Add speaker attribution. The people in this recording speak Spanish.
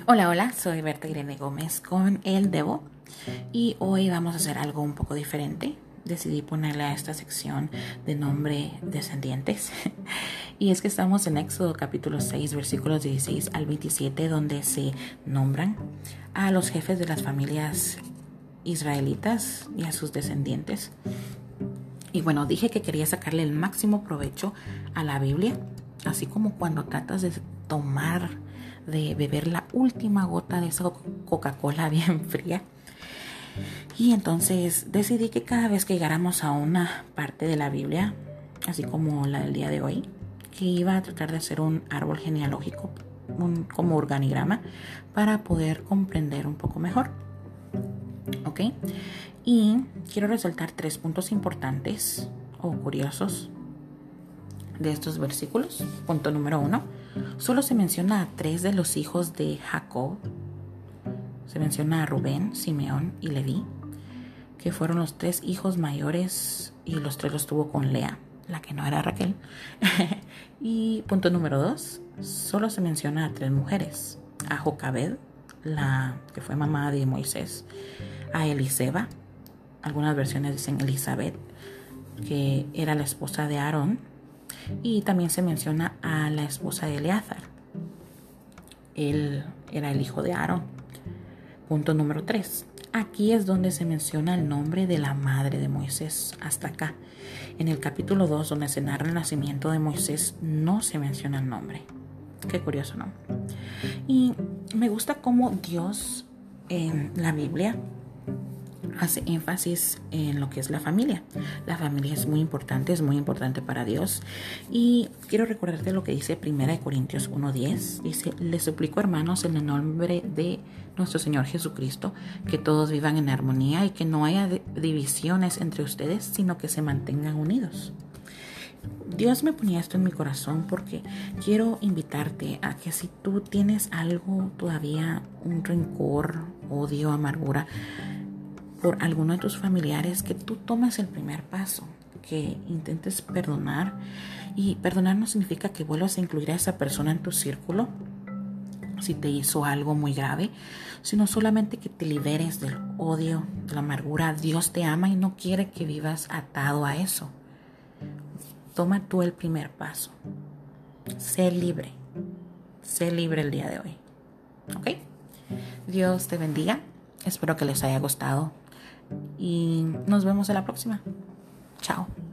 Speaker 1: Hola, hola, soy Berta Irene Gómez con el Devo y hoy vamos a hacer algo un poco diferente. Decidí ponerle a esta sección de nombre Descendientes y es que estamos en Éxodo capítulo 6 versículos 16 al 27 donde se nombran a los jefes de las familias israelitas y a sus descendientes. Y bueno, dije que quería sacarle el máximo provecho a la Biblia, así como cuando tratas de beber la última gota de esa Coca-Cola bien fría. Y entonces decidí que cada vez que llegáramos a una parte de la Biblia, así como la del día de hoy, que iba a tratar de hacer un árbol genealógico, como organigrama, para poder comprender un poco mejor. ¿Ok? Y quiero resaltar 3 puntos importantes o curiosos de estos versículos. Punto número 1. Solo se menciona a 3 de los hijos de Jacob. Se menciona a Rubén, Simeón y Leví, que fueron los 3 hijos mayores y los 3 los tuvo con Lea, la que no era Raquel. Y punto número 2. Solo se menciona a 3 mujeres. A Jocabed, la que fue mamá de Moisés. A Eliseba, algunas versiones dicen Elizabeth, que era la esposa de Aarón. Y también se menciona a la esposa de Eleazar. Él era el hijo de Aarón. Punto número 3. Aquí es donde se menciona el nombre de la madre de Moisés. Hasta acá. En el capítulo 2, donde se narra el nacimiento de Moisés, no se menciona el nombre. Qué curioso, ¿no? Y me gusta cómo Dios en la Biblia hace énfasis en lo que es la familia. La familia es muy importante para Dios. Y quiero recordarte lo que dice 1 Corintios 1:10. Dice: les suplico, hermanos, en el nombre de nuestro Señor Jesucristo, que todos vivan en armonía y que no haya divisiones entre ustedes, sino que se mantengan unidos. Dios me ponía esto en mi corazón porque quiero invitarte a que si tú tienes algo todavía, un rencor, odio, amargura por alguno de tus familiares, que tú tomes el primer paso, que intentes perdonar. Y perdonar no significa que vuelvas a incluir a esa persona en tu círculo si te hizo algo muy grave, sino solamente que te liberes del odio, de la amargura. Dios te ama y no quiere que vivas atado a eso. Toma tú el primer paso. Sé libre el día de hoy. ¿Ok? Dios te bendiga. Espero que les haya gustado y nos vemos en la próxima. Chao.